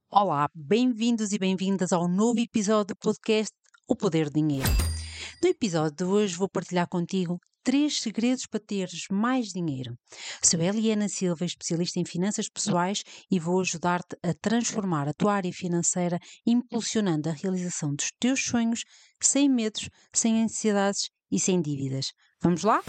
Olá, bem-vindos e bem-vindas ao novo episódio do podcast O Poder do Dinheiro. No episódio de hoje vou partilhar contigo 3 segredos para teres mais dinheiro. Sou Eliana Silva, especialista em finanças pessoais e vou ajudar-te a transformar a tua área financeira, impulsionando a realização dos teus sonhos, sem medos, sem ansiedades e sem dívidas. Vamos lá?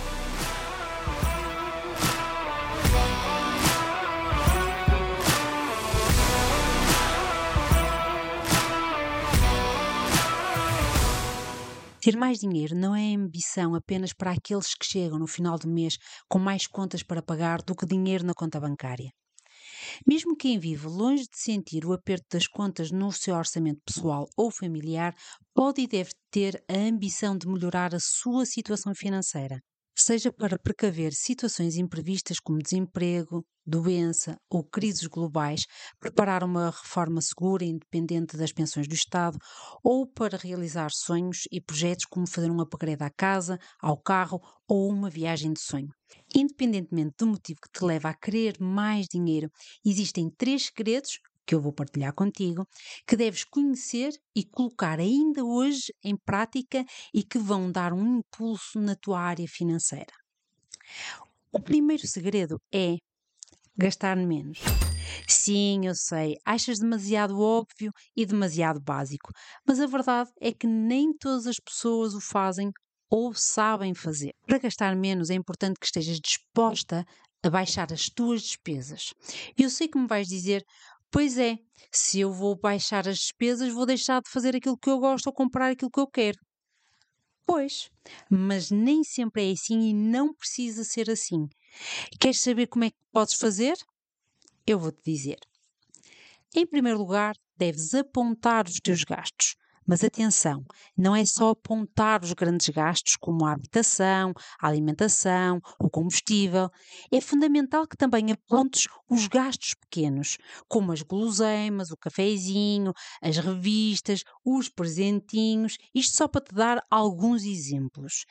Ter mais dinheiro não é ambição apenas para aqueles que chegam no final do mês com mais contas para pagar do que dinheiro na conta bancária. Mesmo quem vive longe de sentir o aperto das contas no seu orçamento pessoal ou familiar, pode e deve ter a ambição de melhorar a sua situação financeira. Seja para precaver situações imprevistas como desemprego, doença ou crises globais, preparar uma reforma segura e independente das pensões do Estado, ou para realizar sonhos e projetos como fazer um upgrade à casa, ao carro ou uma viagem de sonho. Independentemente do motivo que te leva a querer mais dinheiro, existem 3 segredos que eu vou partilhar contigo, que deves conhecer e colocar ainda hoje em prática e que vão dar um impulso na tua área financeira. O primeiro segredo é gastar menos. Sim, eu sei, achas demasiado óbvio e demasiado básico, mas a verdade é que nem todas as pessoas o fazem ou sabem fazer. Para gastar menos é importante que estejas disposta a baixar as tuas despesas. Eu sei que me vais dizer, pois é, se eu vou baixar as despesas, vou deixar de fazer aquilo que eu gosto ou comprar aquilo que eu quero. Pois, mas nem sempre é assim e não precisa ser assim. Queres saber como é que podes fazer? Eu vou-te dizer. Em primeiro lugar, deves apontar os teus gastos. Mas atenção, não é só apontar os grandes gastos como a habitação, a alimentação, o combustível. É fundamental que também apontes os gastos pequenos, como as guloseimas, o cafezinho, as revistas, os presentinhos. Isto só para te dar alguns exemplos.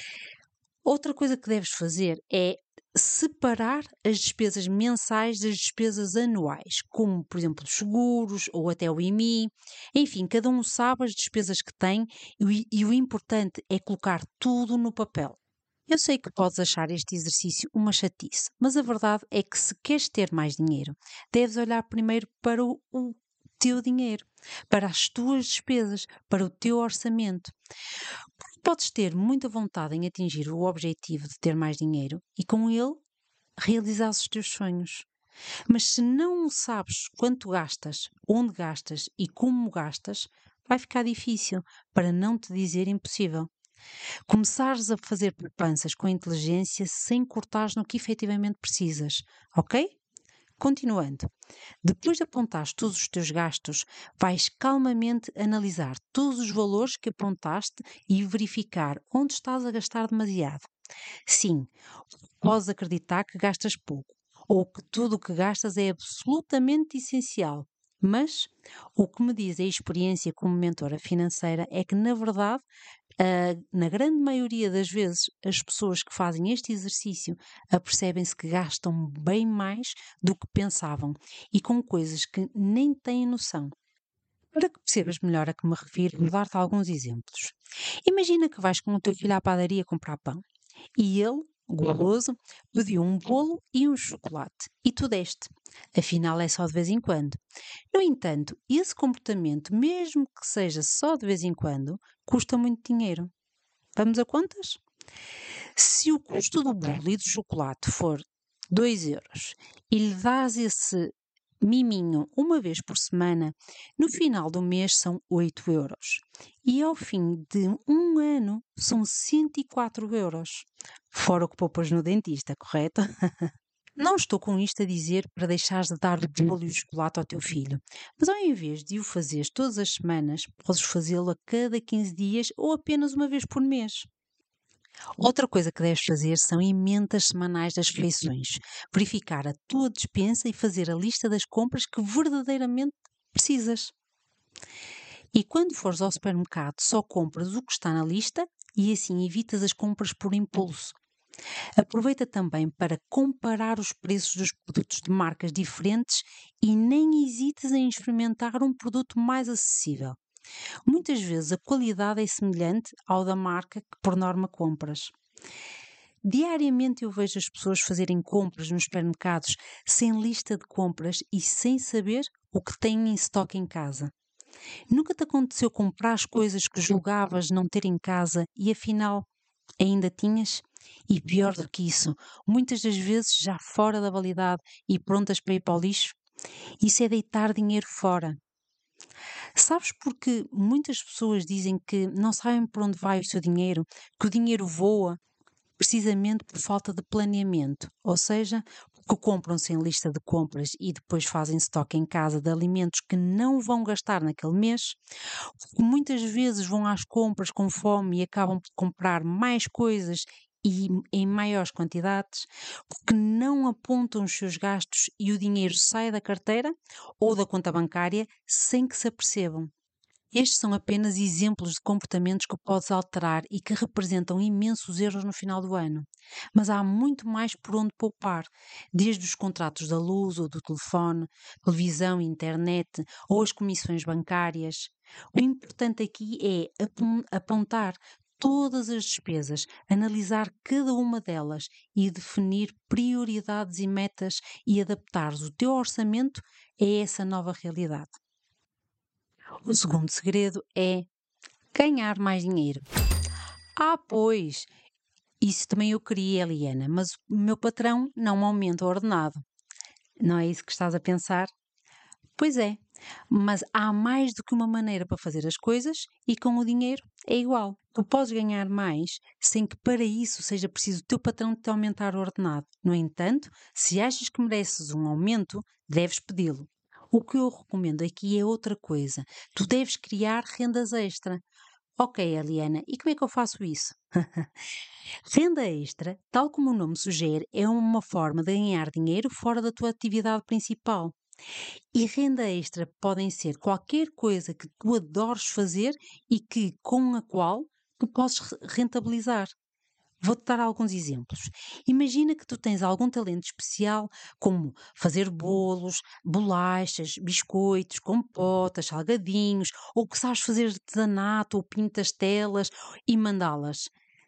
Outra coisa que deves fazer é separar as despesas mensais das despesas anuais, como, por exemplo, os seguros ou até o IMI. Enfim, cada um sabe as despesas que tem e o importante é colocar tudo no papel. Eu sei que podes achar este exercício uma chatice, mas a verdade é que se queres ter mais dinheiro, deves olhar primeiro para o teu dinheiro, para as tuas despesas, para o teu orçamento. Podes ter muita vontade em atingir o objetivo de ter mais dinheiro e com ele realizar os teus sonhos. Mas se não sabes quanto gastas, onde gastas e como gastas, vai ficar difícil, para não te dizer impossível. Começares a fazer poupanças com inteligência sem cortares no que efetivamente precisas, ok? Continuando, depois de apontares todos os teus gastos, vais calmamente analisar todos os valores que apontaste e verificar onde estás a gastar demasiado. Sim, podes acreditar que gastas pouco ou que tudo o que gastas é absolutamente essencial. Mas o que me diz a experiência como mentora financeira é que, na verdade, na grande maioria das vezes, as pessoas que fazem este exercício apercebem-se que gastam bem mais do que pensavam e com coisas que nem têm noção. Para que percebas melhor a que me refiro, vou dar-te alguns exemplos. Imagina que vais com o teu filho à padaria comprar pão e ele, goloso, pediu um bolo e um chocolate e tu deste. Afinal, é só de vez em quando. No entanto, esse comportamento, mesmo que seja só de vez em quando, custa muito dinheiro. Vamos a contas? Se o custo do bolo e do chocolate for 2 euros e lhe dás esse miminho uma vez por semana, no final do mês são 8 euros. E ao fim de um ano são 104 euros. Fora o que poupas no dentista, correto? Não estou com isto a dizer para deixares de dar o bolo e o chocolate ao teu filho, mas ao invés de o fazeres todas as semanas, podes fazê-lo a cada 15 dias ou apenas uma vez por mês. Outra coisa que deves fazer são emendas semanais das refeições. Verificar a tua despensa e fazer a lista das compras que verdadeiramente precisas. E quando fores ao supermercado, só compras o que está na lista e assim evitas as compras por impulso. Aproveita também para comparar os preços dos produtos de marcas diferentes e nem hesites em experimentar um produto mais acessível. Muitas vezes a qualidade é semelhante ao da marca que por norma compras. Diariamente eu vejo as pessoas fazerem compras nos supermercados sem lista de compras e sem saber o que têm em estoque em casa. Nunca te aconteceu comprar as coisas que julgavas não ter em casa e afinal ainda tinhas? E pior do que isso, muitas das vezes já fora da validade e prontas para ir para o lixo? Isso é deitar dinheiro fora. Sabes porque muitas pessoas dizem que não sabem para onde vai o seu dinheiro, que o dinheiro voa, precisamente por falta de planeamento, ou seja, porque compram sem lista de compras e depois fazem estoque em casa de alimentos que não vão gastar naquele mês, porque muitas vezes vão às compras com fome e acabam por comprar mais coisas e em maiores quantidades, porque não apontam os seus gastos e o dinheiro sai da carteira ou da conta bancária sem que se apercebam. Estes são apenas exemplos de comportamentos que podes alterar e que representam imensos erros no final do ano. Mas há muito mais por onde poupar, desde os contratos da luz ou do telefone, televisão, internet ou as comissões bancárias. O importante aqui é apontar todas as despesas, analisar cada uma delas e definir prioridades e metas e adaptares o teu orçamento a essa nova realidade. O segundo segredo é ganhar mais dinheiro. Ah, pois, isso também eu queria, Eliana, mas o meu patrão não me aumenta o ordenado. Não é isso que estás a pensar? Pois é, mas há mais do que uma maneira para fazer as coisas e com o dinheiro é igual. Tu podes ganhar mais sem que para isso seja preciso o teu patrão te aumentar o ordenado. No entanto, se achas que mereces um aumento, deves pedi-lo. O que eu recomendo aqui é outra coisa. Tu deves criar rendas extra. Ok, Eliana, e como é que eu faço isso? Renda extra, tal como o nome sugere, é uma forma de ganhar dinheiro fora da tua atividade principal. E renda extra podem ser qualquer coisa que tu adores fazer e que com a qual tu podes rentabilizar. Vou-te dar alguns exemplos. Imagina que tu tens algum talento especial, como fazer bolos, bolachas, biscoitos, compotas, salgadinhos, ou que sabes fazer artesanato ou pintas telas e mandá-las.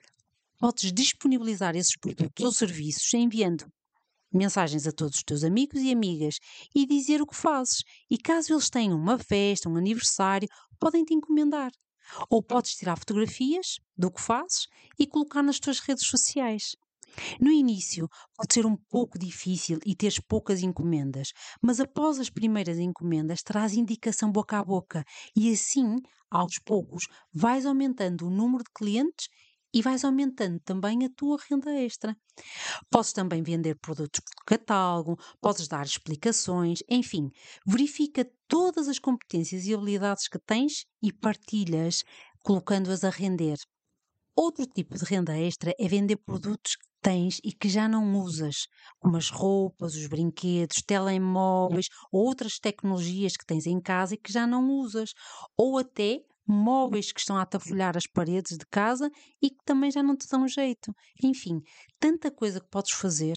Podes disponibilizar esses produtos ou serviços enviando mensagens a todos os teus amigos e amigas e dizer o que fazes. E caso eles tenham uma festa, um aniversário, podem te encomendar. Ou podes tirar fotografias do que fazes e colocar nas tuas redes sociais. No início pode ser um pouco difícil e teres poucas encomendas, mas após as primeiras encomendas terás indicação boca a boca e assim, aos poucos, vais aumentando o número de clientes e vais aumentando também a tua renda extra. Podes também vender produtos por catálogo, podes dar explicações, enfim, verifica todas as competências e habilidades que tens e partilhas, colocando-as a render. Outro tipo de renda extra é vender produtos que tens e que já não usas, como as roupas, os brinquedos, telemóveis ou outras tecnologias que tens em casa e que já não usas, ou até móveis que estão a atafolhar as paredes de casa e que também já não te dão jeito. Enfim, tanta coisa que podes fazer.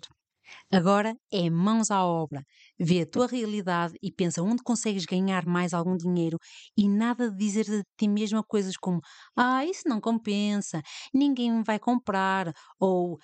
Agora é mãos à obra. Vê a tua realidade e pensa onde consegues ganhar mais algum dinheiro e nada de dizer a ti mesma coisas como isso não compensa, ninguém me vai comprar ou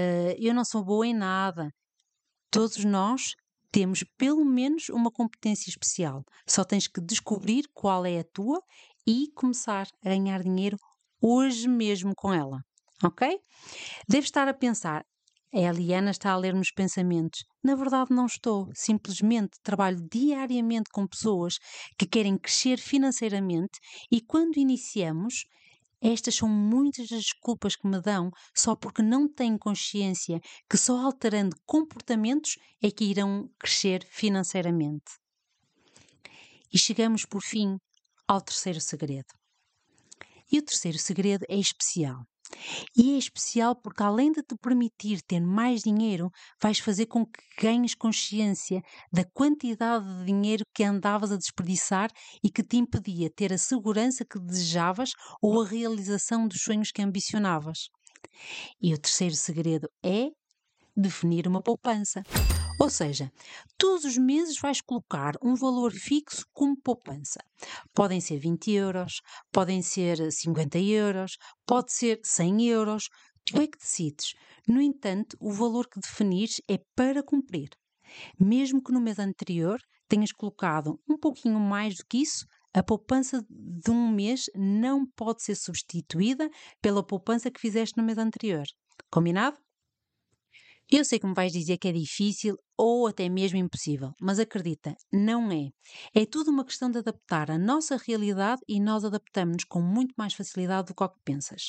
eu não sou boa em nada. Todos nós temos pelo menos uma competência especial. Só tens que descobrir qual é a tua e começar a ganhar dinheiro hoje mesmo com ela. Ok? Deves estar a pensar, a Eliana está a ler-me os pensamentos. Na verdade, não estou. Simplesmente trabalho diariamente com pessoas que querem crescer financeiramente e quando iniciamos, estas são muitas das desculpas que me dão só porque não têm consciência que só alterando comportamentos é que irão crescer financeiramente. E chegamos, por fim, ao terceiro segredo. E o terceiro segredo é especial. E é especial porque, além de te permitir ter mais dinheiro, vais fazer com que ganhes consciência da quantidade de dinheiro que andavas a desperdiçar e que te impedia ter a segurança que desejavas ou a realização dos sonhos que ambicionavas. E o terceiro segredo é definir uma poupança. Ou seja, todos os meses vais colocar um valor fixo como poupança. Podem ser 20 euros, podem ser 50 euros, pode ser 100 euros. Tu é que decides. No entanto, o valor que definires é para cumprir. Mesmo que no mês anterior tenhas colocado um pouquinho mais do que isso, a poupança de um mês não pode ser substituída pela poupança que fizeste no mês anterior. Combinado? Eu sei que me vais dizer que é difícil ou até mesmo impossível, mas acredita, não é. É tudo uma questão de adaptar a nossa realidade e nós adaptamos-nos com muito mais facilidade do que o que pensas.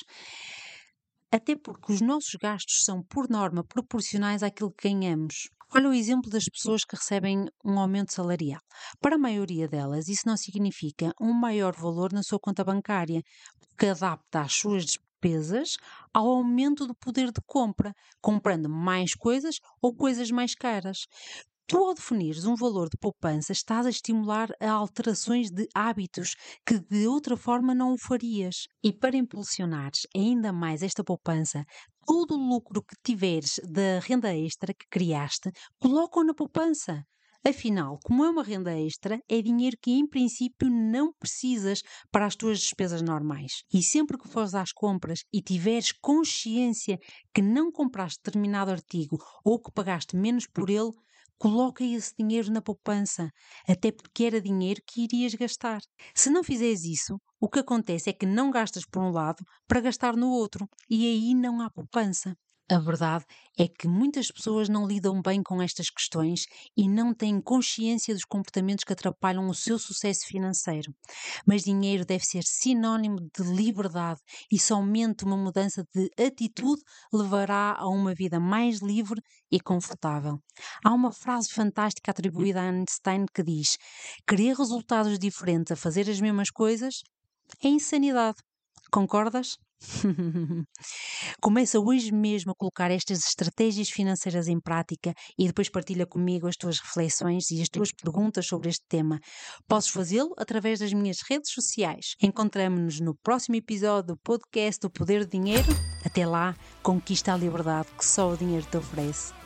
Até porque os nossos gastos são, por norma, proporcionais àquilo que ganhamos. Olha o exemplo das pessoas que recebem um aumento salarial. Para a maioria delas, isso não significa um maior valor na sua conta bancária, porque adapta as suas despesas ao aumento do poder de compra, comprando mais coisas ou coisas mais caras. Tu, ao definires um valor de poupança, estás a estimular a alterações de hábitos que de outra forma não o farias. E para impulsionares ainda mais esta poupança, todo o lucro que tiveres da renda extra que criaste, coloca-o na poupança. Afinal, como é uma renda extra, é dinheiro que em princípio não precisas para as tuas despesas normais. E sempre que fores às compras e tiveres consciência que não compraste determinado artigo ou que pagaste menos por ele, coloca esse dinheiro na poupança, até porque era dinheiro que irias gastar. Se não fizeres isso, o que acontece é que não gastas por um lado para gastar no outro e aí não há poupança. A verdade é que muitas pessoas não lidam bem com estas questões e não têm consciência dos comportamentos que atrapalham o seu sucesso financeiro. Mas dinheiro deve ser sinónimo de liberdade e somente uma mudança de atitude levará a uma vida mais livre e confortável. Há uma frase fantástica atribuída a Einstein que diz: querer resultados diferentes a fazer as mesmas coisas é insanidade. Concordas? Começa hoje mesmo a colocar estas estratégias financeiras em prática e depois partilha comigo as tuas reflexões e as tuas perguntas sobre este tema. Podes fazê-lo através das minhas redes sociais. Encontramo-nos no próximo episódio do podcast O Poder do Dinheiro. Até lá, conquista a liberdade que só o dinheiro te oferece.